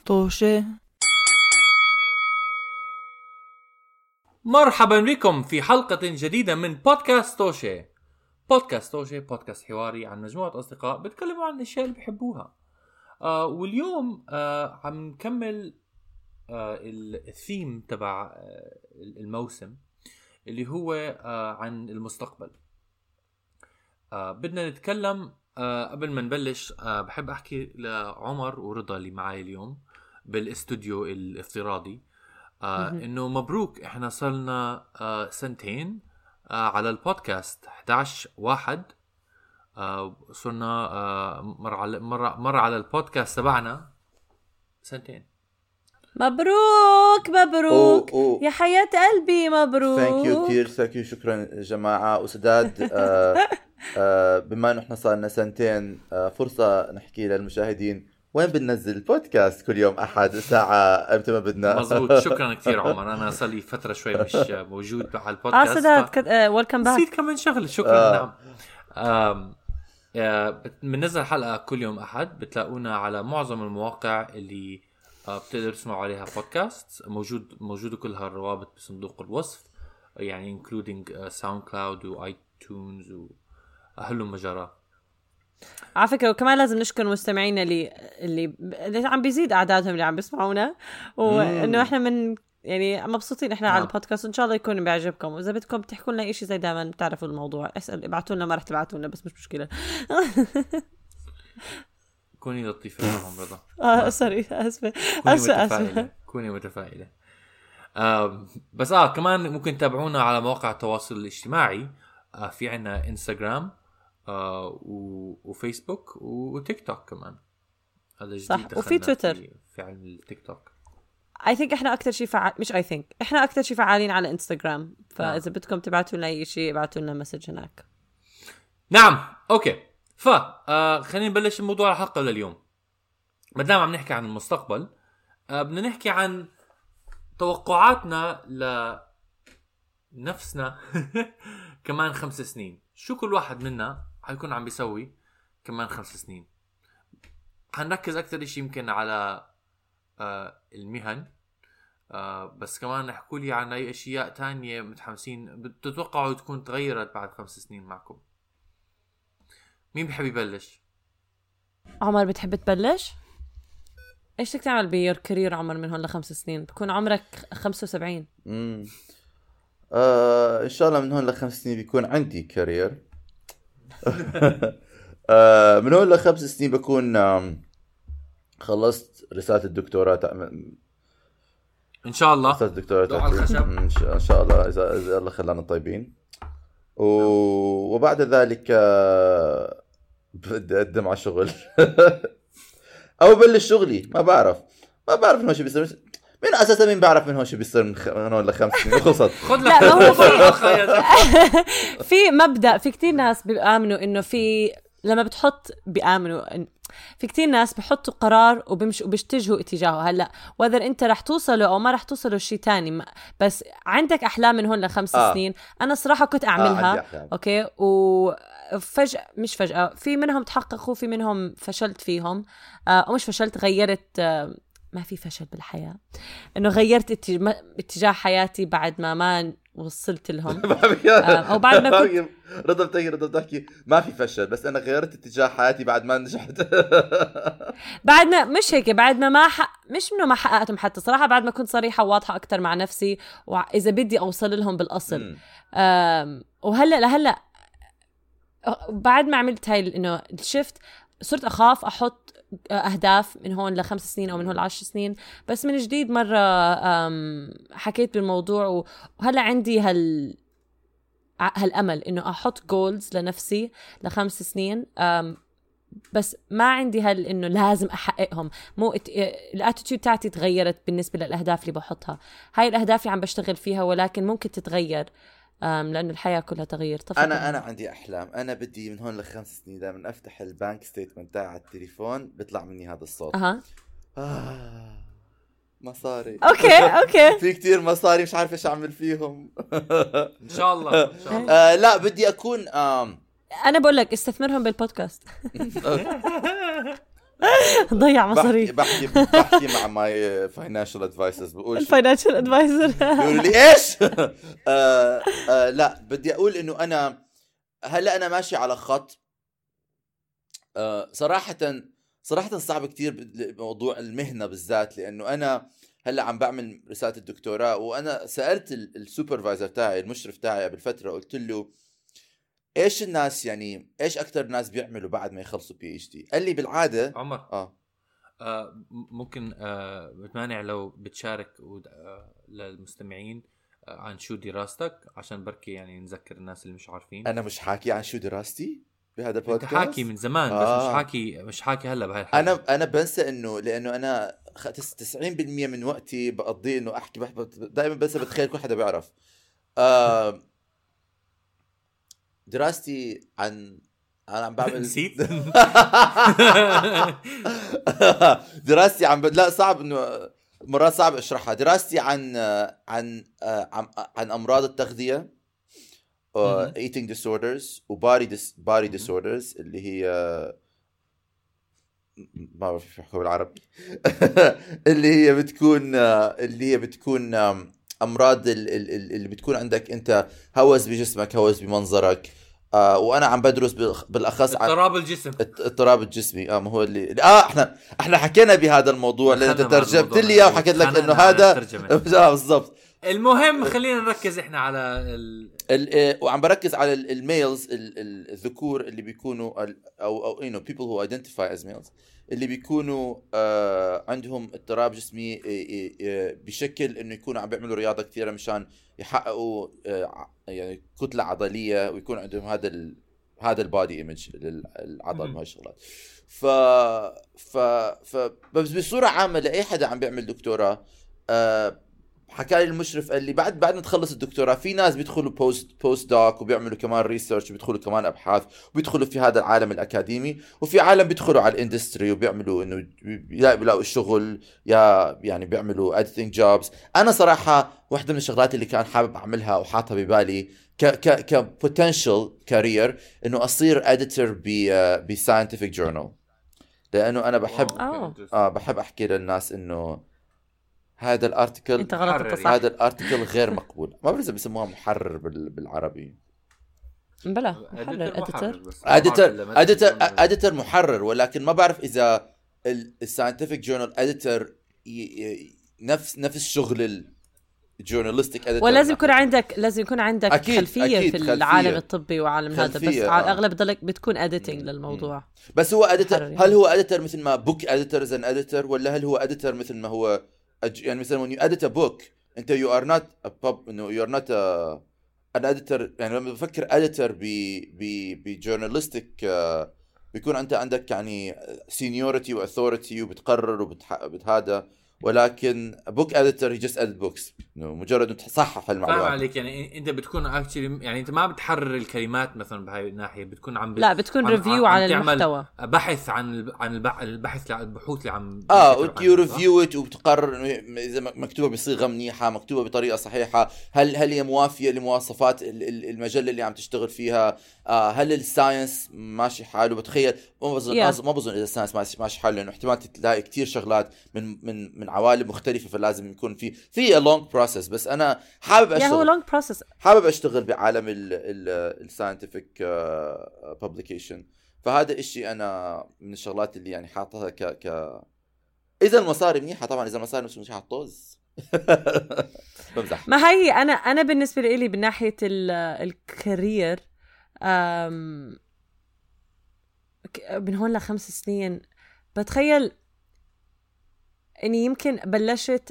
طوشة. مرحبا بكم في حلقة جديدة من بودكاست توشة. بودكاست توشة بودكاست حواري عن مجموعة أصدقاء بيتكلموا عن الأشياء اللي بيحبوها. واليوم عم نكمل الثيم تبع الموسم اللي هو عن المستقبل. بدنا نتكلم قبل ما نبلش. بحب أحكي لعمر ورضا اللي معي اليوم بالاستوديو الافتراضي إنه مبروك، إحنا صلنا سنتين على البودكاست. 11/1 صرنا مر على البودكاست تبعنا سنتين. مبروك مبروك يا حياة قلبي، مبروك. ثانك يو كثير، ثانك يو، شكرا جماعة وسداد. بما انه احنا صارنا سنتين، فرصة نحكي للمشاهدين وين بننزل البودكاست. كل يوم أحد الساعة امتى ما بدنا. مزبوط. شكرا كثير عمر. انا صار لي فترة شوي مش موجود على البودكاست. سداد ويلكم باك. نسيت كمان شغله. شكرا. نعم. بننزل حلقة كل يوم أحد. بتلاقونا على معظم المواقع اللي بتقدر تسمعوا عليها بودكاست. موجودة كلها الروابط بصندوق الوصف، يعني including SoundCloud و iTunes وأهلهم مجرى. على فكرة وكمان لازم نشكر مستمعينا اللي عم بيزيد أعدادهم اللي عم بيسمعونا، وإنه إحنا يعني مبسوطين إحنا على البودكاست. إن شاء الله يكون بيعجبكم. وإذا بدكم تحكوا لنا إشي زي دائما تعرفوا الموضوع، ابعتوا لنا. ما رح تبعتوا لنا بس مش مشكلة. كوني لطيفة معهم رضا. سوري، آسفة. كوني متفائلة. بس كمان ممكن تتابعونا على مواقع التواصل الاجتماعي. في عنا انستغرام وفيسبوك وتيك توك كمان. هذا جديد. وفي تويتر في علم التيك توك. I think احنا اكثر شيء احنا اكثر شيء فعالين على انستغرام. فاذا بدكم تبعتوا لنا اي شيء ابعتوا لنا مسج هناك. نعم. اوكي. خلينا نبلش الموضوع الحلقة لليوم. ما دام عم نحكي عن المستقبل، بدنا نحكي عن توقعاتنا لنفسنا كمان 5 سنين. شو كل واحد منا حيكون عم بيسوي كمان 5 سنين. هنركز أكتر شيء يمكن على المهن، بس كمان نحكوا لي عن أي أشياء تانية متحمسين بتتوقعوا تكون تغيرت بعد 5 سنين معكم. مين بحب يبلش؟ عمر، بتحب تبلش؟ ايش بدك تعمل بيور كارير عمر من هون ل5 سنين؟ بكون عمرك 75. ان شاء الله من هون ل5 سنين بيكون عندي كارير. من هون ل5 سنين بكون خلصت رسالة الدكتوراه. ان شاء الله رسالة الدكتوراه ان شاء الله اذا الله خلانا طيبين. وبعد ذلك بدي اقدم على شغل او بلش شغلي. ما بعرف من هون شو بيصير. مين اساسا مين بعرف من هون شو بيصير من هون ل5 سنين وخلصت. لا ما هو في مبدأ. في كتير ناس بيآمنوا انه لما بتحط بيآمنوا في كتير ناس بحطوا قرار وبيتجهوا اتجاهه. هلا وإذا انت رح توصلوا او ما رح توصلوا شيء تاني، بس عندك احلام من هون ل5 سنين. انا صراحة كنت اعملها. اوكي. وفجأة مش فجأة في منهم تحققوا، في منهم فشلت فيهم. ومش فشلت، غيرت. ما في فشل بالحياة، انه غيرت اتجاه حياتي بعد ما وصلت لهم. او بعد ما كنت رضا بتحكي ما في فشل، بس انا غيرت اتجاه حياتي بعد ما نجحت. بعد ما مش هيك، بعد ما مش انه ما حققتهم حتى صراحة، بعد ما كنت صريحة وواضحة اكتر مع نفسي واذا بدي اوصل لهم بالاصل. وهلا بعد ما عملت هاي انه الشفت، صرت اخاف احط أهداف من هون ل5 سنين أو من هون ل10 سنين. بس من جديد مرة حكيت بالموضوع، وهلأ عندي هالأمل إنه أحط goals لنفسي ل5 سنين. بس ما عندي إنه لازم أحققهم. مو الاتيتيود تاعتي تغيرت بالنسبة للأهداف اللي بحطها. هاي الأهداف اللي عم بشتغل فيها، ولكن ممكن تتغير لأنه الحياة كلها تغيير. أنا عندي أحلام. أنا بدي من هون ل5 سنين دائما أفتح البانك ستيتمنت تاع التليفون بيطلع مني هذا الصوت. مصاري. أوكي. في كتير مصاري مش عارف إيش أعمل فيهم. إن شاء الله. لا بدي أكون أنا بقول لك استثمرهم بالبودكاست. ضيع مصاري. بحكي مع ماي فاينانشال ادفايسرز، بقول الفاينانشال ادفايزر بيقولوا لي ايش. لا بدي اقول انه انا هلا انا ماشي على خط. صراحه صعب كتير بموضوع المهنه بالذات، لانه انا هلا عم بعمل رساله الدكتوراه، وانا سالت السوبرفايزر تاعي المشرف تاعي قبل فتره، قلت له ايش الناس يعني ايش اكثر ناس بيعملوا بعد ما يخلصوا PhD؟ قال لي بالعاده عمر ممكن بتمانع لو بتشارك للمستمعين عن شو دراستك، عشان بركي يعني نذكر الناس اللي مش عارفين. انا مش حاكي عن شو دراستي بهذا البودكاست، انت حاكي من زمان بس مش حاكي هلا بهاي الحلقه. انا بنسى لانه انا 90% من وقتي بقضيه انه احكي دائما بنسى، بتخيل كل حدا بيعرف. دراستي عن انا عم بعمل نسيت. دراستي لا صعب انه مرات صعب اشرحها. دراستي عن امراض التغذيه، eating disorders و body disorders اللي هي ما بعرف كيف احكيها بالعربي. اللي هي بتكون امراض اللي بتكون عندك انت هوس بجسمك، هوس بمنظرك. وانا عم بدرس بالاخص عن اضطراب الجسم، اضطراب الجسمي. ما هو اللي احنا حكينا بهذا الموضوع، لان انت ترجمت لي اياه وحكيت لك انه هذا بالضبط. المهم خلينا نركز احنا على وعم بركز على الميلز، الذكور اللي بيكونوا او people who identify as males، اللي بيكونوا عندهم اضطراب جسمي بشكل انه يكونوا عم بيعملوا رياضه كثيره مشان يحققوا يعني كتله عضليه، ويكون عندهم هذا البادي ايمج للعضل وهي الشغلات. بس بصوره عامه لاي حدا عم بيعمل دكتوراه، حكى لي المشرف قال لي بعد ما تخلص الدكتوراه في ناس بيدخلوا بوست دوك وبيعملوا كمان ريسيرش وبيدخلوا كمان ابحاث وبيدخلوا في هذا العالم الاكاديمي، وفي عالم بيدخلوا على الاندستري وبيعملوا انه بيلاقوا الشغل، يعني بيعملوا اديتنج جوبز. انا صراحه واحده من الشغلات اللي كان حابب اعملها وحاطها ببالي كبوتنشال كارير انه اصير اديتور بساينتفك جورنال، لانه انا بحب احكي للناس انه هذا الارتيكل انت غلط، هذا الارتيكل غير مقبول. ما بعرف اذا بيسموها محرر بالعربي. بلا محرر اديتور محرر، ولكن ما بعرف اذا الساينتفك جورنال اديتور نفس شغل الجورنالستيك اديتور. ولازم يكون عندك خلفيه في العالم الطبي وعالم هذا، بس على الاغلب بتكون اديتنج للموضوع. بس هو اديتور، هل هو اديتور مثل ما بوك اديتور از ان اديتور، ولا هل هو اديتور مثل ما هو يعني مثلا when you edit a book انت you are not a pub no you are not an editor. يعني لما بفكر editor بجورنالستيك بيكون انت عندك يعني seniority و authority وبتقرر وبتهذا، ولكن book editor he just edit books مجرد انه تصحح المعلومات. فاهم عليك، يعني انت بتكون actually يعني انت ما بتحرر الكلمات مثلا بهاي الناحيه، بتكون لا بتكون ريفيو على المحتوى، بحث عن البحوث اللي عم you review it وبتقرر اذا مكتوبه بصيغه منيحه، مكتوبه بطريقه صحيحه، هل هي موافيه لمواصفات المجله اللي عم تشتغل فيها، هل الساينس ماشي حاله. بتخيل ما بظن اذا الساينس ماشي حاله، لانه احتمال تلاقي كتير شغلات من عوالم مختلفه، فلازم يكون في a long process. بس انا حابب اشتغل بعالم الساينتفك publication. فهذا الشيء انا من الشغلات اللي يعني حاطها اذا المصاري منيحه. طبعا اذا المصاري مش حطوز بمزح. ما هي انا بالنسبه لي من ناحيه الكارير من هون ل5 سنين بتخيل اني يمكن بلشت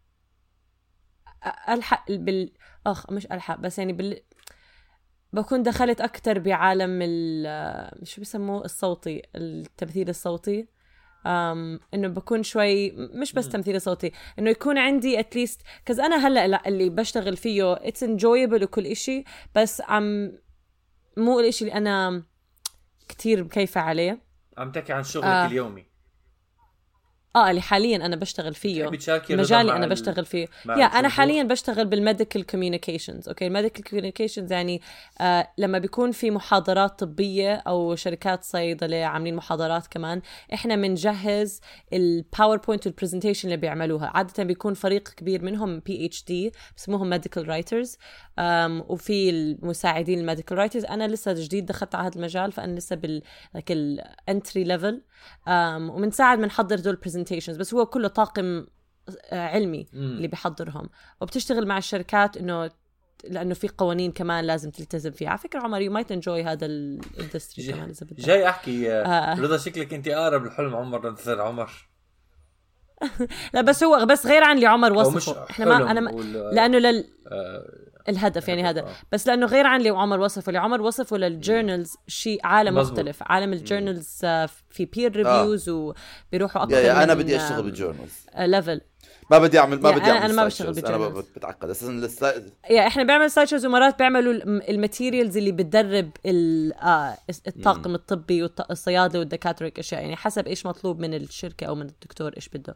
الحق مش الحق بس يعني بكون دخلت اكتر بعالم شو بيسموه الصوتي، التمثيل الصوتي. انه بكون شوي مش بس تمثيل صوتي، انه يكون عندي اتليست كز انا هلا اللي بشتغل فيه اتس انجويبل وكل اشي، بس مو الاشي اللي انا كتير مكيفة عليه. عم تحكي عن شغلك اليومي؟ اللي حاليا انا بشتغل فيه، بتشاركي مجالي انا بشتغل فيه. انا حاليا بشتغل بالميديكال كوميونيكيشنز. اوكي، الميديكال كوميونيكيشنز يعني لما بيكون في محاضرات طبيه او شركات صيدله عاملين محاضرات كمان، احنا بنجهز الباوربوينت والبرزنتيشن اللي بيعملوها. عاده بيكون فريق كبير منهم PhD بسموهم ميديكال رايترز، وفي المساعدين الميديكال رايترز. انا لسه جديد دخلت على هذا المجال، فانا لسه الانتري ليفل، ومنساعد بنحضر دول برزنتيشنز. بس هو كله طاقم علمي اللي بيحضرهم، وبتشتغل مع الشركات لانه في قوانين كمان لازم تلتزم فيها. على فكره عمر you might enjoy هذا الاندستري كمان اذا بدك. جاي احكي رضا شكلك انت اقرب الحلم عمر تصير عمر. لا بس هو غير عن اللي عمر وصفه. احنا ما انا لانه الهدف يعني هذا بس لانه غير عن اللي عمر وصفه. اللي عمر وصفه للجورنالز شيء عالم مزبوط. مختلف. عالم الجورنالز في بير ريفيوز وبيروحوا اكثر. انا بدي اشتغل بالجورنالز ليفل. ما بدي اعمل انا ما بشتغل بالجورنالز. انا بتعقد اساسا احنا بنعمل سايتشز ومرات بيعملوا الماتيريالز اللي بتدرب الطاقم الطبي والصيادله والدكاتره، اشياء يعني حسب ايش مطلوب من الشركه او من الدكتور ايش بده.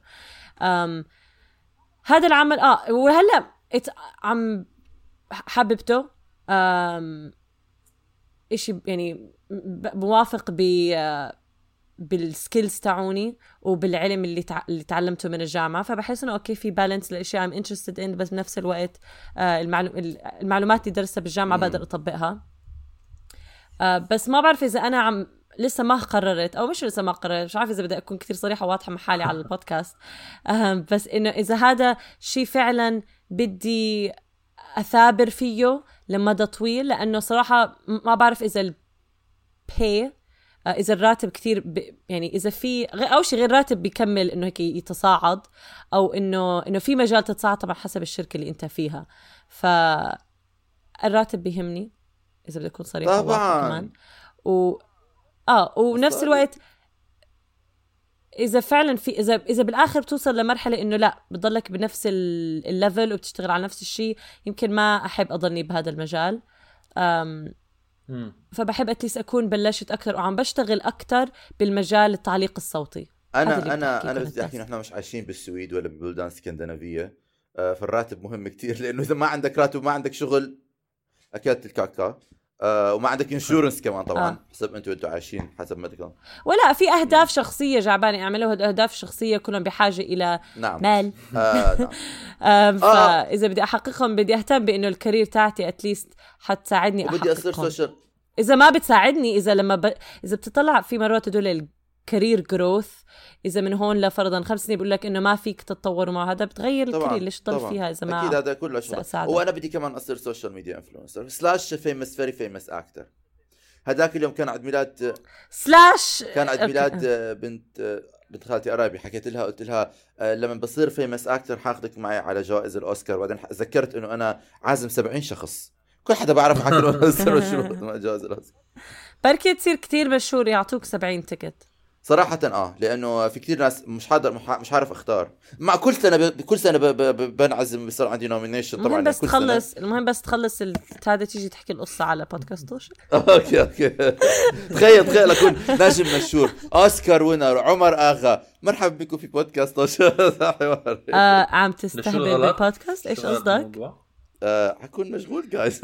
هذا العمل وهلا عم حببته إشي يعني موافق بالسكيلز تاعوني وبالعلم اللي تعلمته من الجامعة. فبحس إنه أوكي في بالانس للأشياء I'm interested in، بس بنفس الوقت المعلومات اللي درستها بالجامعة بقدر أطبقها. بس ما بعرف إذا أنا لسه ما قررت، أو مش لسه ما قررت، مش عارف إذا بدي أكون كثير صريحة واضحة مع حالي على البودكاست. بس إنه إذا هذا شيء فعلا بدي أثابر فيه لمدى طويل، لأنه صراحة ما بعرف إذا البي إذا الراتب كتير يعني إذا في أو شيء غير راتب بيكمل إنه هيك يتصاعد، أو إنه في مجال تتصاعد طبعا حسب الشركة اللي أنت فيها. فالراتب بيهمني إذا بدي أكون صريحة طبعا كمان. ونفس الوقت إذا فعلا في إذا بالآخر بتوصل لمرحلة إنه لا بتضلك بنفس الليفل وبتشتغل على نفس الشيء، يمكن ما أحب أضلني بهذا المجال. فبحب أتليس أكون بلشت أكتر وعم بشتغل أكتر بالمجال التعليق الصوتي. أنا بدي أحكي نحن مش عايشين بالسويد ولا ببلدان اسكندنافية، فالراتب مهم كتير، لأنه إذا ما عندك راتب وما عندك شغل أكلت الكاكا. وما عندك انشورنس كمان طبعا. حسب انتوا عايشين حسب ما تكون. ولا في اهداف شخصيه جعباني اعملوا اهداف شخصيه كلهم بحاجه الى مال. نعم. فاذا بدي احققهم بدي اهتم بانه الكارير تاعتي اتليست حتساعدني احققهم. بدي اصير سوشيال. اذا ما بتساعدني، اذا اذا بتطلع في مرات هدول الكارير جروث، اذا من هون لفرضا 5 سنين بقول لك انه ما فيك تتطور مع هذا بتغير الكارير. ليش تضل فيها اذا ما اكيد هذا كله شغل. وانا بدي كمان اصير سوشيال ميديا انفلونسر سلاش فيمس فيري فيمس اكتر. هذاك اليوم كان عيد ميلاد بنت خالتي قرايبي، حكيت لها قلت لها لما بصير فيمس اكتر حاخدك معي على جوائز الاوسكار. وبعدين ذكرت انه انا عازم 70 شخص، كل حدا بعرف حكي له جوائز الاوسكار. بركي تصير كتير مشهور يعطوك 70 تيكت صراحة. لأنه في كتير ناس مش عارف اختار. مع كل سنة بنعزم بصير عندي نومينيشن طبعا. المهم بس تخلص هذا تيجي تحكي القصة على بودكاستوش. اوكي تخيل اكون نجم مشهور، اوسكار وينر، عمر اغا، مرحبا بكم في بودكاستوش. عم تستهبل بالبودكاست؟ ايش قصدك؟ حكون مشغول جايز.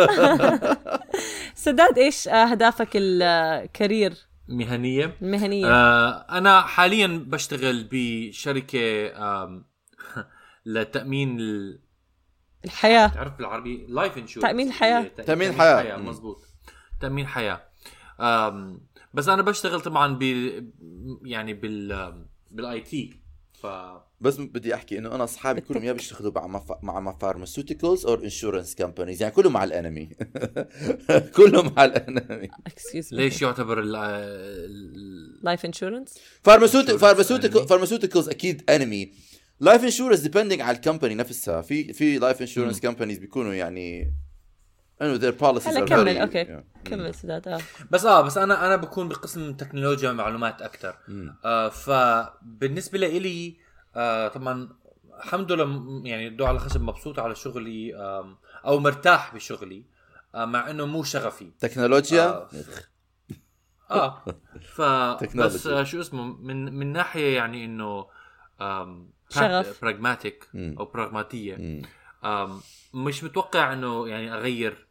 سداد ايش اهدافك الكارير مهنية؟ أنا حاليا بشتغل بشركة لتأمين الحياة. تعرف بالعربي لايف انشورنس، تأمين الحياة. تأمين الحياة مزبوط، تأمين حياة. بس أنا بشتغل طبعا يعني بالاي تي. بس بدي احكي انه انا اصحابي كلهم يا بيشتغلوا مع فارماسيوتيكالز او انشورنس كامبانيز، يعني كلهم مع الانمي. كلهم مع الانمي. ليش يعتبر لايف انشورنس فارماسيوتيكالز اكيد انمي. لايف انشورنس ديبندينج على الكمباني نفسها. في لايف انشورنس كامبانيز بيكونوا يعني انه their policies are كمل. اوكي كمل سداد. بس انا بكون بقسم تكنولوجيا ومعلومات اكثر. فبالنسبه لي طبعا الحمد لله يعني دو على خشب مبسوط على شغلي او مرتاح بشغلي، مع انه مو شغفي تكنولوجيا. بس شو اسمه من ناحيه يعني انه شغف. براغماتيك او براغماتيه. مش متوقع انه يعني اغير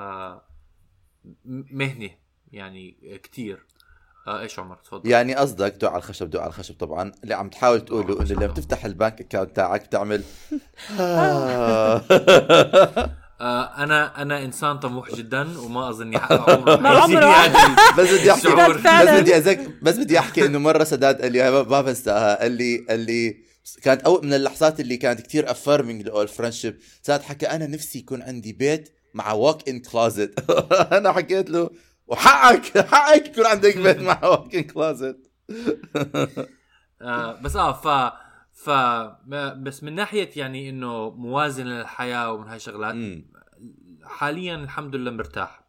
مهنه يعني كتير. ايش عمر تفضل. يعني قصدك دعاء الخشب، دعاء الخشب طبعا اللي عم تحاول تقوله انه لما تفتح البنك اكاونت تاعك بتعمل انا انسان طموح جدا وما اظني بس بدي احكي انه مره سداد قال لي ما بنساها، قال لي كانت اول من اللحظات اللي كانت كتير افيرمينج للفريندشيب. سداد حكى انا نفسي يكون عندي بيت مع ووك ان كلوزت. انا حكيت له وحقك يكون عندك بيت مع ووك ان كلوزت. بس بس من ناحيه يعني انه موازنه للحياه ومن هاي الشغلات حاليا الحمد لله مرتاح.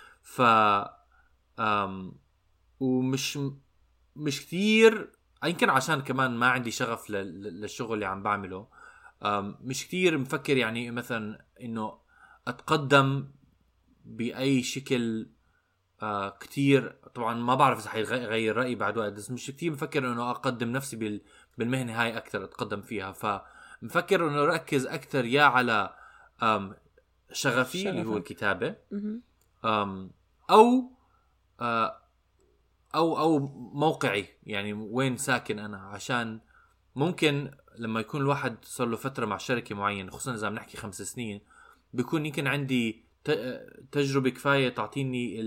مش كتير، يمكن عشان كمان ما عندي شغف للشغل اللي عم بعمله. مش كتير مفكر يعني مثلا انه اتقدم باي شكل. كتير طبعا ما بعرف اذا حيغير رايي بعد وقت، بس مش كتير مفكر انه اقدم نفسي بالمهنه هاي اكثر اتقدم فيها. فمفكر انه ركز اكثر يا على شغفي اللي هو الكتابه، او موقعي يعني وين ساكن انا. عشان ممكن لما يكون الواحد صار له فتره مع شركه معينه، خصوصا اذا بنحكي 5 سنين، بيكون يمكن عندي تجربه كفايه تعطيني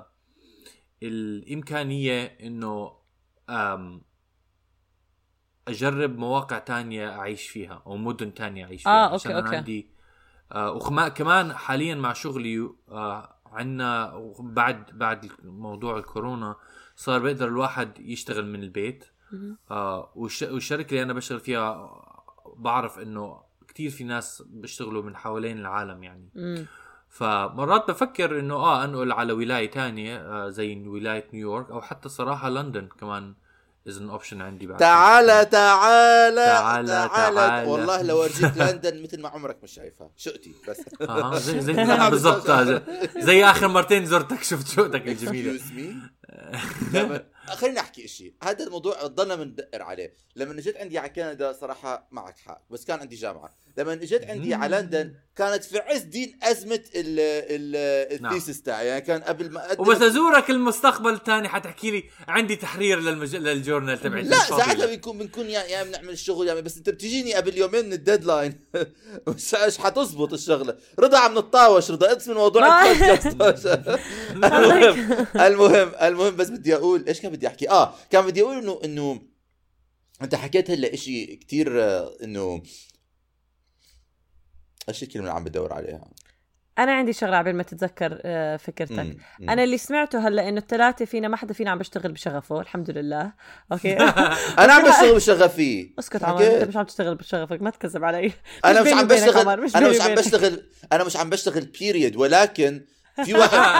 الامكانيه انه اجرب مواقع تانية اعيش فيها او مدن تانية اعيش فيها. عشان أنا عندي كمان حاليا مع شغلي عنا بعد موضوع الكورونا صار بيقدر الواحد يشتغل من البيت. والشركة اللي أنا بشتغل فيها بعرف إنه كتير في ناس بيشتغلوا من حوالين العالم يعني. فمرات بفكر إنه أنقل على ولاية تانية زي ولاية نيويورك، أو حتى صراحة لندن كمان is an option عندي بعد. تعال والله لو ورجيت لندن مثل ما عمرك مش شايفها شقتي بس. زي بالضبط. زي آخر مرتين زرتك شفت شقتك الجميلة. خليني أحكي إشي، هذا الموضوع ضلنا مندقر عليه. لما جيت عندي على كندا صراحة معك حق، بس كان عندي جامعة. لما جيت عندي على لندن كانت في عز دين أزمة الثيسس تاعي، يعني كان قبل ما أقدم. وبس أزورك المستقبل الثاني حتحكي لي عندي تحرير للجورنال تبعي. لا ساعتها بنكون يا بنعمل الشغل يعني، بس أنت بتجيني قبل يومين من الديدلاين. مش حتزبط الشغلة. رضا عم نتطاوش، رضا اسم موضوع البودكاست. المهم بس بدي أقول إيش كان بدي أحكي. كان بدي أقول إنه أنت حكيت هلا إشي كتير إنه ايش الكلمه اللي عم بدور عليها. انا عندي شغله قبل ما تتذكر فكرتك. انا اللي سمعته هلا انه الثلاثه فينا ما حدا فينا عم بيشتغل بشغفه الحمد لله. اوكي. انا عم بشتغل بشغفي. اسكت عمر، انت مش عم تشتغل بشغفك، ما تكذب علي. انا مش عم بشتغل بيريد، ولكن في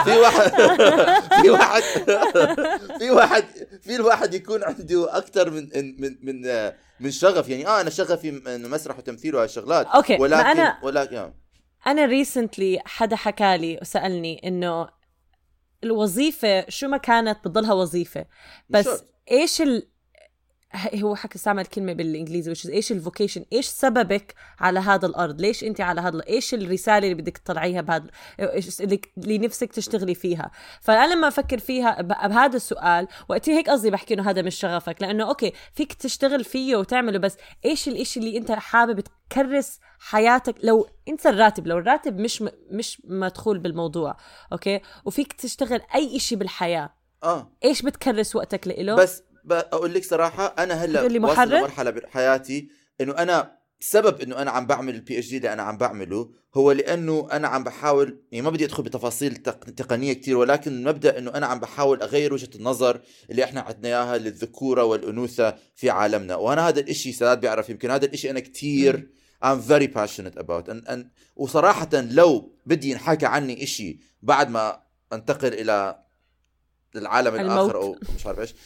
واحد يكون عنده اكثر من شغف يعني. انا شغفي انه مسرح وتمثيل وهالشغلات. ولكن انا ريسنتلي حدا حكالي وسألني انه الوظيفة شو ما كانت بتضلها وظيفة، بس ايش هو حكى استعمل كلمة بالإنجليزي ايش الفوكيشن، ايش سببك على هذا الأرض، ليش انت على هذا، ايش الرسالة اللي بدك تطلعيها اللي نفسك تشتغلي فيها. فأنا لما أفكر فيها بهذا السؤال وقتي هيك قصدي بحكي إنه هذا مش شغفك، لأنه أوكي فيك تشتغل فيه وتعمله، بس ايش الاشي اللي انت حابب تكرس حياتك. لو انت الراتب مش مدخول بالموضوع، اوكي، وفيك تشتغل اي اشي بالحياة، ايش بتكرس وقتك لإله. بس اقول لك صراحه انا هلا واصل مرحله بحياتي انه انا سبب انه انا عم بعمل البي اتش دي اللي انا عم بعمله هو لانه انا عم بحاول، يعني ما بدي ادخل بتفاصيل تقنيه كتير، ولكن المبدا انه انا عم بحاول اغير وجهه النظر اللي احنا عندنا اياها للذكوره والانوثه في عالمنا. وانا هذا الاشي سداد بيعرف، يمكن هذا الاشي انا كتير I'm very passionate about وصراحه لو بدي ينحكى عني اشي بعد ما انتقل الى العالم الآخر أو مش عارف إيش،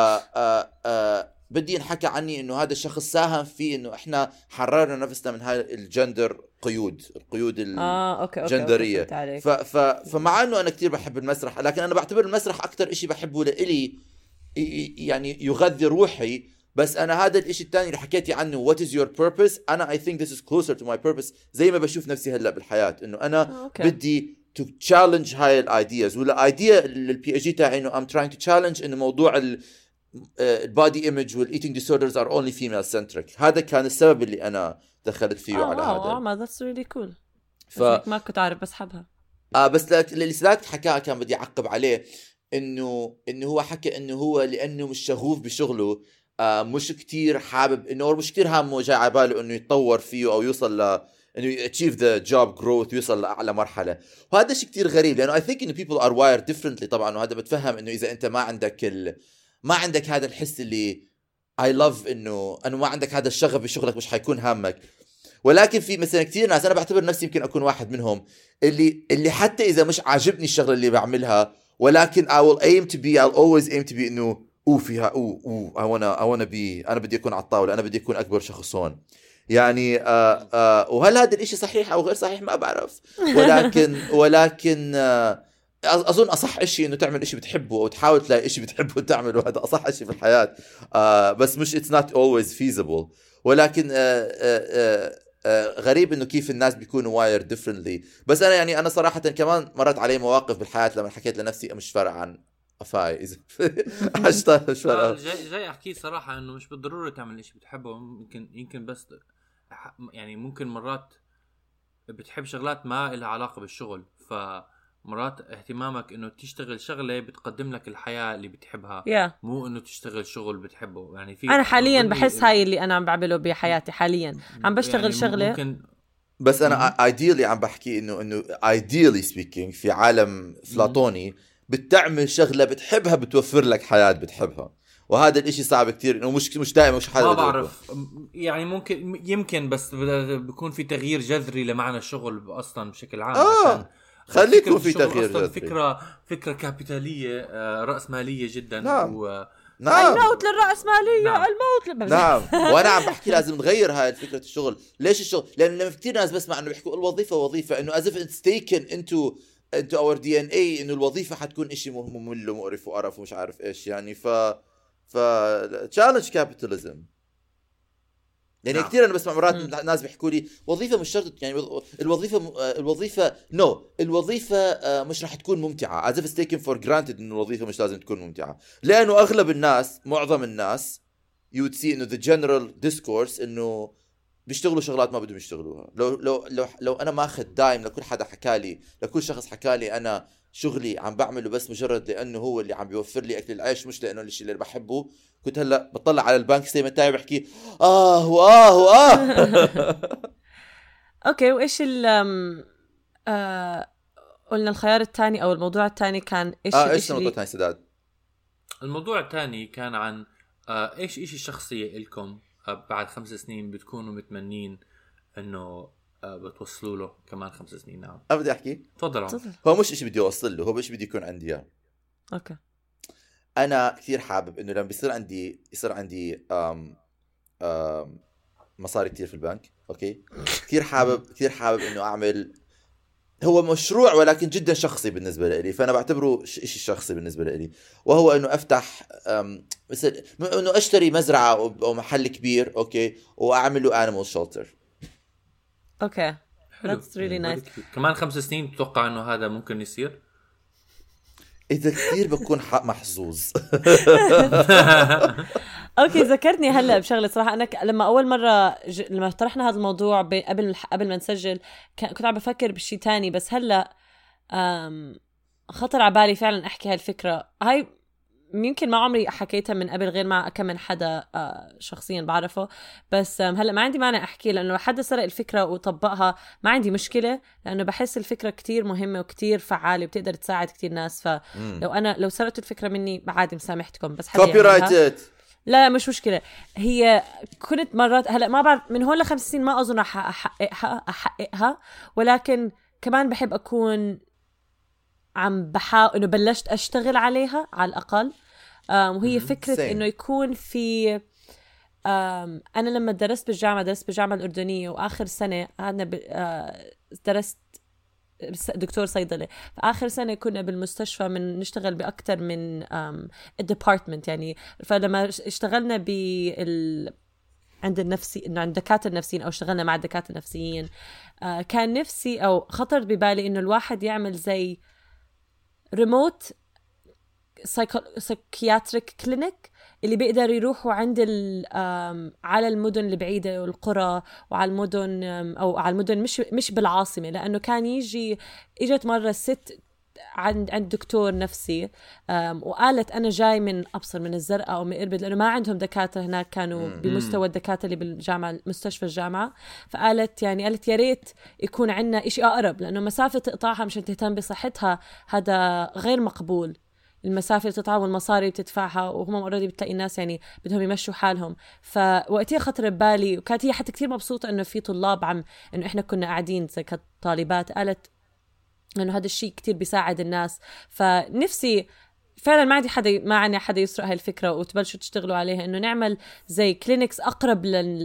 بدي نحكي عني إنه هذا الشخص ساهم في إنه إحنا حررنا نفسنا من هاي الجندر القيود الجندرية. فمع إنه أنا كتير بحب المسرح، لكن أنا بعتبر المسرح أكتر إشي بحبه لإلي، يعني يغذي روحي، بس انا هذا الاشي الثاني اللي حكيتي عنه what is your purpose، انا I think this is closer to my purpose. زي ما بشوف نفسي هلا بالحياة انه انا بدي to challenge هاي الايدياز، ولا ايديا البي اتش دي تاعي انه I'm trying to challenge انه موضوع البادي ايمج والايتنج ديسوردرز are only female centric. هذا كان السبب اللي انا دخلت فيه على هذا. ما that's really cool. ما كنت عارف بس حبها. بس اللي سلاك حكاها كان بدي اعقب عليه انه هو حكى انه هو لانه مش شغوف بشغله، مش كتير حابب انه مش كتير هامه جاي على باله انه يتطور فيه او يوصل ل انه achieve the job growth ويوصل لاعلى مرحله. وهذا شيء كتير غريب لانه I think انه people are wired differently طبعا. وهذا بتفهم انه اذا انت ما عندك هذا الحس اللي I love انه ما عندك هذا الشغف بشغلك مش حيكون هامك. ولكن في مثلا كتير ناس انا بعتبر نفسي يمكن اكون واحد منهم اللي حتى اذا مش عاجبني الشغله اللي بعملها ولكن I'll always aim to be انه فيها I wanna be، انا بدي اكون على الطاوله، انا بدي اكون اكبر شخص هون يعني. وهل هذا الاشي صحيح او غير صحيح ما بعرف، ولكن اظن اصح اشي انه تعمل اشي بتحبه او تحاول تلاقي اشي بتحبه وتعمله، هذا اصح اشي في الحياه. بس مش it's not always feasible. ولكن غريب انه كيف الناس بيكونوا wired differently. بس انا صراحه كمان مرت علي مواقف بالحياه لما حكيت لنفسي مش فارق عن فايز جاي احكي صراحه انه مش بالضروره تعمل إشي بتحبه. يمكن بس يعني ممكن مرات بتحب شغلات ما لها علاقه بالشغل، فمرات اهتمامك انه تشتغل شغله بتقدم لك الحياه اللي بتحبها مو انه تشتغل شغل بتحبه. يعني انا حاليا بحس هاي اللي انا عم بعمله بحياتي حاليا، عم بشتغل يعني شغله. بس انا ideally عم بحكي انه ideally speaking في عالم افلاطوني بتعمل شغله بتحبها بتوفر لك حياه بتحبها، وهذا الاشي صعب كتير انه مش دائما مش حدا ما بعرف يعني ممكن يمكن بس بيكون في تغيير جذري لمعنى الشغل اصلا بشكل عام. عشان خليكم في تغيير جذري. فكره كابيتاليه رأسماليه جدا. نعم. الموت للرأسمالية. الموت نعم. وانا عم بحكي لازم نغير هاي فكره الشغل. ليش الشغل؟ لان لما كتير ناس بسمع انه بيحكوا الوظيفه وظيفه انه as if it's taken into our DNA انه الوظيفه حتكون اشي ممل ومقرف وقرف ومش عارف ايش يعني. ف challenge capitalism يعني. كتير انا بسمع مرات ناس بيحكوا لي وظيفه مش شرط يعني الوظيفه مش راح تكون ممتعه as if it's taken for granted انه الوظيفه مش لازم تكون ممتعه، لانه اغلب الناس معظم الناس you would see انه the general discourse انه بيشتغلوا شغلات ما بدهم يشتغلوها. لو انا ماخذ دايم لكل حدا حكالي، لكل شخص حكالي انا شغلي عم بعمله بس مجرد لانه هو اللي عم بيوفر لي اكل العيش مش لانه الشيء اللي بحبه، كنت هلا بطلع على البنك ستيتمنت تاعي بحكي اوكي. وايش قلنا الخيار الثاني او الموضوع الثاني كان ايش الموضوع الثاني سداد؟ الموضوع الثاني كان عن ايش الشخصيه لكم بعد 5 سنين بتكونوا متمنين انه بتوصلوا له كمان 5 سنين. نعم بدي احكي. تفضل. هو مش إشي بدي اوصل له، هو إيش بدي يكون عندي اياه. اوكي. انا كثير حابب انه لما يصير عندي مصاري كتير في البنك. اوكي. كثير حابب انه اعمل، هو مشروع ولكن جدا شخصي بالنسبه لي، فانا بعتبره شيء شخصي بالنسبه لي، وهو انه افتح مثل انه اشتري مزرعه او محل كبير. اوكي. واعمله انيمال شيلتر. اوكي. That's really nice. كمان 5 سنين تتوقع انه هذا ممكن يصير؟ اذا كثير بكون محظوظ. اوكي. ذكرتني هلا بشغله صراحه. انا لما اول مره لما طرحنا هذا الموضوع قبل ما نسجل كنت عم بفكر بشيء تاني، بس هلا خطر على بالي فعلا احكي هالفكره هاي. يمكن ما عمري حكيتها من قبل غير مع كم من حدا شخصيا بعرفه، بس هلا ما عندي مانع احكي، لانه حدا سرق الفكره وطبقها ما عندي مشكله، لانه بحس الفكره كتير مهمه وكتير فعاله وبتقدر تساعد كتير ناس. لو سرقتوا الفكره مني عادي مسامحتكم، بس حدا يعملها. لا مش مشكله. هي كنت مرات هلا ما بعرف من هون ل5 سنين ما اظن احققها، ولكن كمان بحب اكون عم بحاول انه بلشت اشتغل عليها على الاقل. وهي فكره انه يكون في انا لما درست بالجامعه الاردنيه، واخر سنه قعدنا درست دكتور صيدلة. فآخر سنة كنا بالمستشفى نشتغل بأكتر من الديبارتمنت يعني. فلما اشتغلنا عند النفسي إنه عند دكاترة نفسيين أو اشتغلنا مع دكاترة نفسيين، كان نفسي أو خطر ببالي إنه الواحد يعمل زي ريموت سايكياتريك كلينيك اللي بيقدر يروحوا عند على المدن البعيدة والقرى وعلى المدن أو على المدن مش بالعاصمة. لأنه كان إجت مرة ست عند دكتور نفسي وقالت أنا جاي من أبصر من الزرقاء أو من إربد، لأنه ما عندهم دكاترة هناك كانوا بمستوى الدكاترة اللي بالجامعة مستشفى الجامعة. فقالت يا ريت يكون عنا إشي أقرب، لأنه مسافة تقطعها مشان تهتم بصحتها هذا غير مقبول. المسافة اللي تتعب والمصاري بتدفعها وهم أوريدي بتلاقي الناس يعني بدهم يمشوا حالهم. فوقتها خطر ببالي، وكانت هي حتى كتير مبسوطة إنه في طلاب إنه إحنا كنا قاعدين زي كطالبات، قالت إنه هذا الشيء كتير بيساعد الناس. فنفسي فعلا ما عندي حدا يسرق هاي الفكرة وتبلشوا تشتغلوا عليها، إنه نعمل زي كلينكس أقرب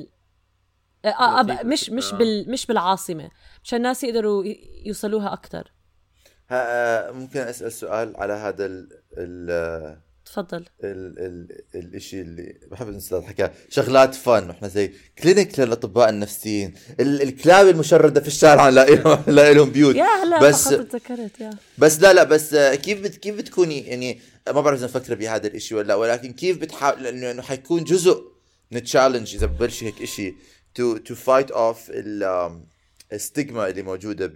مش بالعاصمة مشان الناس يقدروا يوصلوها أكتر. ممكن أسأل سؤال على هذا تفضل. الاشي اللي بحب الأستاذ حكى شغلات فن، واحنا زي كلينيك للأطباء النفسيين، الكلاب المشردة في الشارع لا لهم بيوت. يا هلا بس تذكرت يا بس لا بس كيف بتكوني يعني ما بعرف إذا فكرة بهذا الاشي ولا، ولكن كيف بتحاول لأنه حيكون جزء من التشالنج إذا ببلش هيك اشي to fight off الستيغما اللي موجودة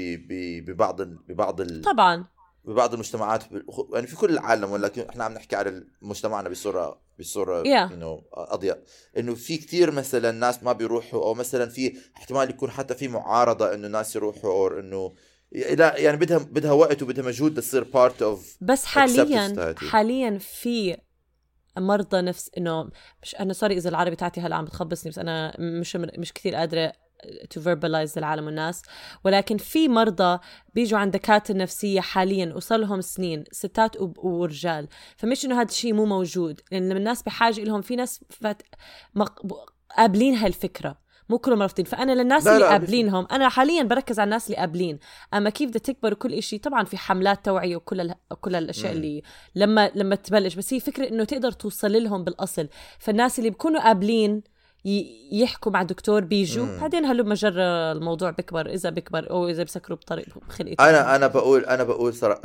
طبعا ببعض المجتمعات يعني في كل العالم، ولكن احنا عم نحكي على مجتمعنا بصورة أضيق. انه في كتير مثلا ناس ما بيروحوا، او مثلا في احتمال يكون حتى في معارضة انه الناس يروحوا، او انه لا يعني بدها وقت وبدها مجهود تصير part of. بس حاليا في مرضى نفس انه مش انا سوري اذا العربي تاعتي هلا عم بتخبصني، بس انا مش كثير قادرة to verbalize العالم والناس، ولكن في مرضى بيجوا عند دكاترة نفسية حاليا وصلهم سنين، ستات ورجال. فمش انه هذا الشيء مو موجود، لان الناس بحاجة لهم. في ناس قابلين هالفكرة، مو كلهم رافضين. فأنا للناس اللي قابلينهم أنا حاليا بركز على الناس اللي قابلين. أما كيف بدها تكبر وكل إشي طبعا في حملات توعية وكل الأشياء اللي لما تبلش، بس هي فكرة إنه تقدر توصل لهم بالأصل. فالناس اللي بيكونوا قابلين يحكوا مع دكتور بيجوا بعدين هلو مجرى الموضوع بكبر إذا بكبر أو إذا بسكروا بطريق خلقته. أنا بقول صراحة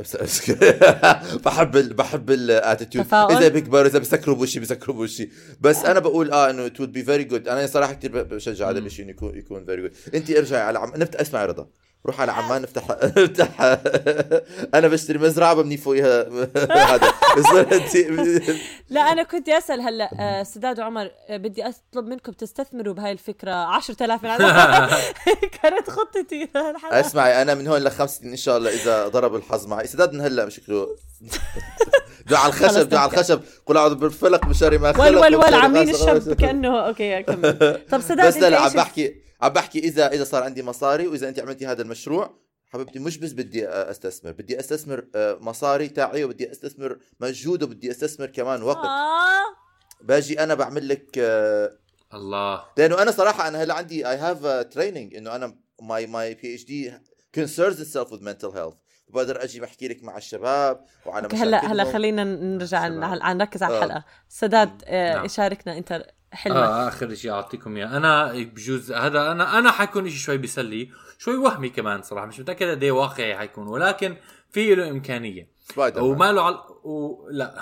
بحب الاتيتيود إذا بكبر إذا بسكروا بوشي بس أنا بقول إنه it would be very good. أنا صراحة كتير بشجع هذا الشيء يكون very good. أنت ارجعي على نفتح اسمع رضا، روح على عمان نفتح أنا بشتري مزرعة ببني فوقها هذا. لا أنا كنت أسأل هلأ سداد وعمر، بدي أطلب منكم تستثمروا بهاي الفكرة 10,000 من كانت خطتي. اسمعي أنا من هون ل5 سنين إن شاء الله إذا ضرب الحظ معي سداد من هلأ مشكله دعا على الخشب قل أعوذ بالفلق بشر ما خلق ولا عاملين الشب كأنه أوكي كمل. طب سداد بس لا عم بحكي إذا صار عندي مصاري وإذا أنت عملتي هذا المشروع حبيبتي، مش بس بدي أستثمر مصاري تاعي، وبدي أستثمر مجهود، وبدي أستثمر كمان وقت. باجي أنا بعمل لك الله، لأنه أنا صراحة أنا هلا عندي I have a training إنه أنا my PhD concerns itself with mental health. بقدر أجي بحكي لك مع الشباب وعلى مشاكلهم. هلا خلينا نرجع نركز على الحلقة. سداد شاركنا أنت حلمك. آخر شيء أعطيكم إياه أنا بجوز هذا أنا حيكون إشي شوي بيسلي شوي وهمي كمان صراحة، مش متأكد قد إيه واقعي حيكون، ولكن فيه له إمكانية وما له لا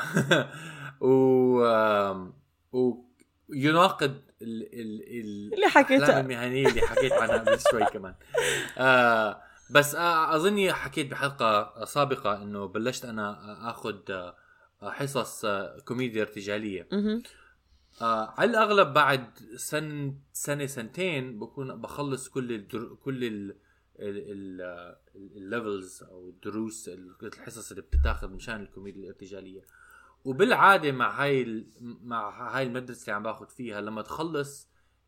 يناقض اللي حكيته المهنية اللي حكيت عنها قبل شوي كمان. بس أظني حكيت بحلقة سابقة إنه بلشت أنا أخذ حصص كوميديا ارتجالية. على الأغلب بعد سنة سنتين بكون بخلص كل الليفلز أو الدروس الحصص اللي بتتاخذ مشان الكوميديا الارتجالية. وبالعادة مع هاي المدرسة اللي عم باخذ فيها لما تخلص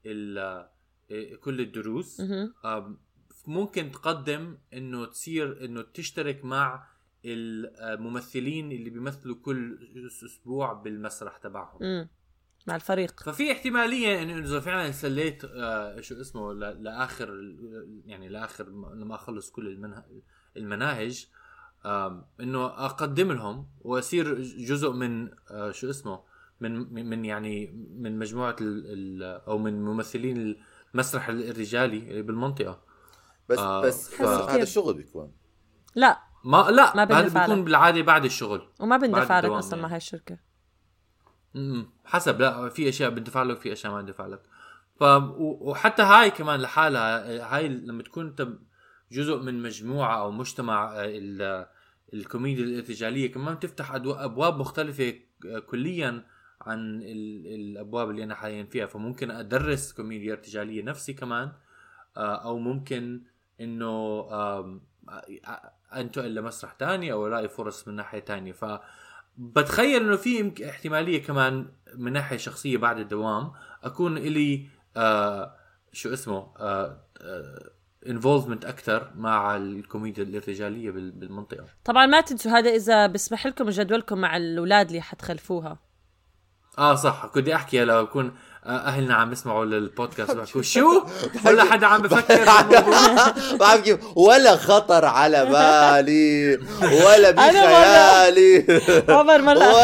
كل الدروس ممكن تقدم إنه تشترك مع الممثلين اللي بيمثلوا كل أسبوع بالمسرح تبعهم. مع الفريق. ففي احتماليه انه اذا فعلا سليت شو اسمه لاخر يعني لاخر لما اخلص كل المناهج انه اقدم لهم واصير جزء من شو اسمه من يعني من مجموعه او من ممثلين المسرح الرجالي بالمنطقه. بس هذا الشغل بيكون لا ما بيكون بالعاده بعد الشغل وما بندفع لك اصلا مع هاي الشركه. حسب، لا في اشياء بندفع لك في اشياء ما بندفع لك. وحتى هاي كمان لحالها، هاي لما تكون انت جزء من مجموعه او مجتمع الكوميديا الارتجاليه كمان بتفتح ابواب مختلفه كليا عن الابواب اللي انا حاليا فيها. فممكن ادرس كوميديا ارتجاليه نفسي كمان، او ممكن انه انتقل لمسرح تاني او الاقي فرص من ناحيه تانية. فبتخيل انه في احتماليه كمان من ناحيه شخصيه بعد الدوام اكون الي شو اسمه involvement اكثر مع الكوميديا الارتجاليه بالمنطقه. طبعا ما تنسوا هذا اذا بسمح لكم جدولكم مع الاولاد اللي حتخلفوها. صح، كنت احكي لو يكون اهلنا عم يسمعوا للبودكاست بحكوا شو ولا حدا عم بفكر بالموضوع ولا خطر على بالي ولا بخيالي عمر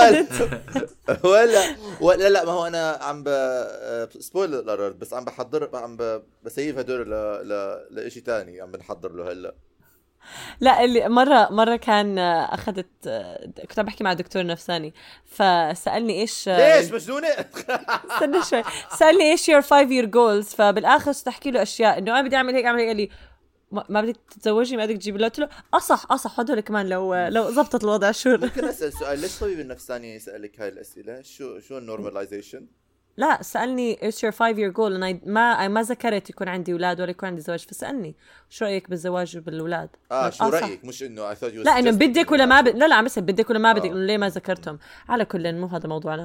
ولا لا ما هو انا عم سبويلر بس عم بحضر عم بسيف هدول لشيء تاني عم بنحضر له هلا. لا اللي مرة كان أخذت كنت عم بحكي مع دكتور نفساني فسألني إيش ليش مجنونة استنى شوي سألني إيش your 5-year goals فبالآخر استحكي له أشياء إنه أنا بدي أعمل هيك قال لي ما بدك تتزوجي ما بدك تجيبي له. قلت له أصح هدول كمان لو زبطت الوضع شو. ممكن أسأل سؤال ليش طبيب النفساني يسألك هاي الأسئلة شو النورماليزيشن؟ لا سألني إيش your 5-year goal أنا ما ذكرت يكون عندي أولاد ولا يكون عندي زواج فسألني شو رأيك بالزواج بالأولاد. شو رأيك مش إنه لا إنه بدك ولا ما لا عم بسأل بدك ولا ما بدك ليه ما ذكرتهم. على كل مو هذا موضوعنا.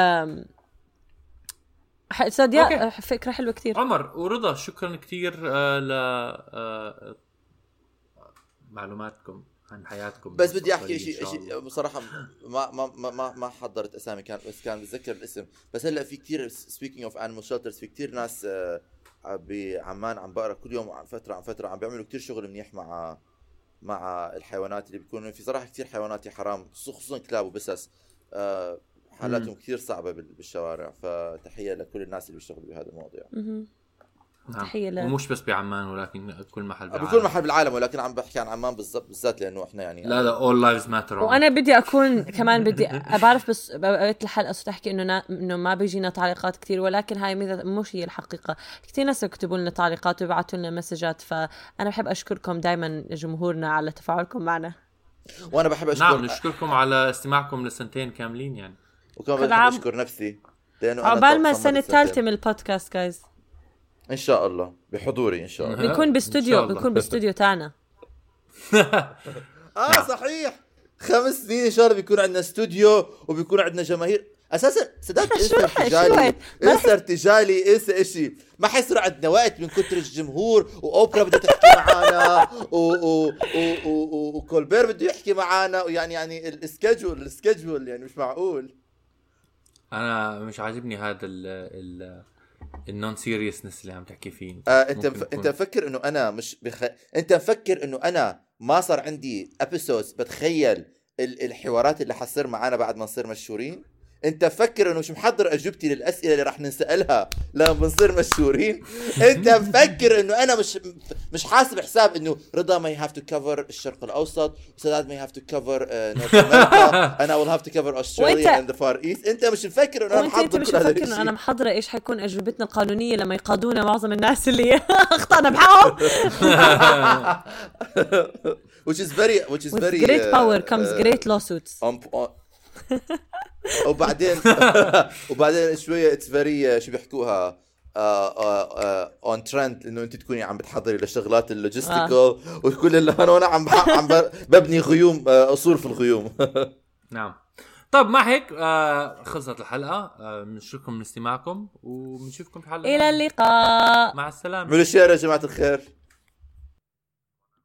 صديق فكرة حلوة كتير. عمر ورضا شكرا كتير معلوماتكم عن حياتكم. بس بدي احكي شيء بصراحه ما حضرت اسامي بس كان بتذكر الاسم. بس هلا في كتير speaking of animal shelters في كتير ناس بعمان عم بقرا كل يوم فتره عن فتره عم بيعملوا كتير شغل منيح مع الحيوانات اللي بيكونوا في صراحه كتير حيوانات حرام خصوصا كلاب وبسس حالاتهم كتير صعبه بالشوارع. فتحيه لكل الناس اللي بيشتغلوا بهذا المواضيع. تحية ومش بس بعمان ولكن كل محل بالعالم. بكل محل بالعالم ولكن عم بحكي عن عمان بالذات لانه احنا يعني لا all lives matter. وانا بدي اكون كمان بدي بعرف بس بقيت الحلقه صرت احكي انه ما بيجينا تعليقات كتير ولكن هاي مش هي الحقيقه. كتير ناس يكتبوا لنا تعليقات ويبعثوا لنا مسجات فانا بحب اشكركم دائما جمهورنا على تفاعلكم معنا. وانا بحب نشكركم على استماعكم لسنتين كاملين يعني. وكمان بحب اشكر نفسي لانه انا عقبال ما السنه الثالثه من البودكاست جايز ان شاء الله بحضوري ان شاء الله بنكون باستوديو تاعنا. صحيح 5 سنين ان شاء الله بيكون عندنا استوديو وبيكون عندنا جماهير. اساسا سداد ارتجالي انسى اشي ما حيصير عندنا وقت من كتر الجمهور واوبرا بده تحكي معنا وكولبير بده يحكي معنا ويعني السكجول يعني مش معقول. انا مش عاجبني هذا النون سيريسنس اللي عم تحكي فيه. انت مفكر انه انا انت مفكر انه انا ما صار عندي ابيسودز بتخيل الحوارات اللي حصير معانا بعد ما نصير مشهورين. انت مفكر انه مش محضر اجوبتي للاسئله اللي راح نسالها لما بنصير مشهورين. انت مفكر انه انا مش حاسب حساب انه رضا ما يهاف تو كفر الشرق الاوسط وسداد ما يهاف تو كفر نورث امريكا انا ويل هاف تو كفر استراليا اند ذا فار ايست. انت مش مفكر انه انا محضر كل هذا الشيء. انا محضره ايش حيكون اجوبتنا القانونيه لما يقاضونا معظم الناس اللي اخطانا بحقهم. which is very great power comes great lawsuits. وبعدين شويه اتس فيري شو بيحكوها اون ترند انه انت تكوني عم بتحضري لشغلات اللوجيستيكال وكل اللي انا عم ببني غيوم اصول في الغيوم. نعم. طب مع هيك خلصت الحلقه. بنشكركم من استماعكم وبنشوفكم في حلقه الى اللقاء. مع السلامه. اعملوا شير يا جماعه الخير.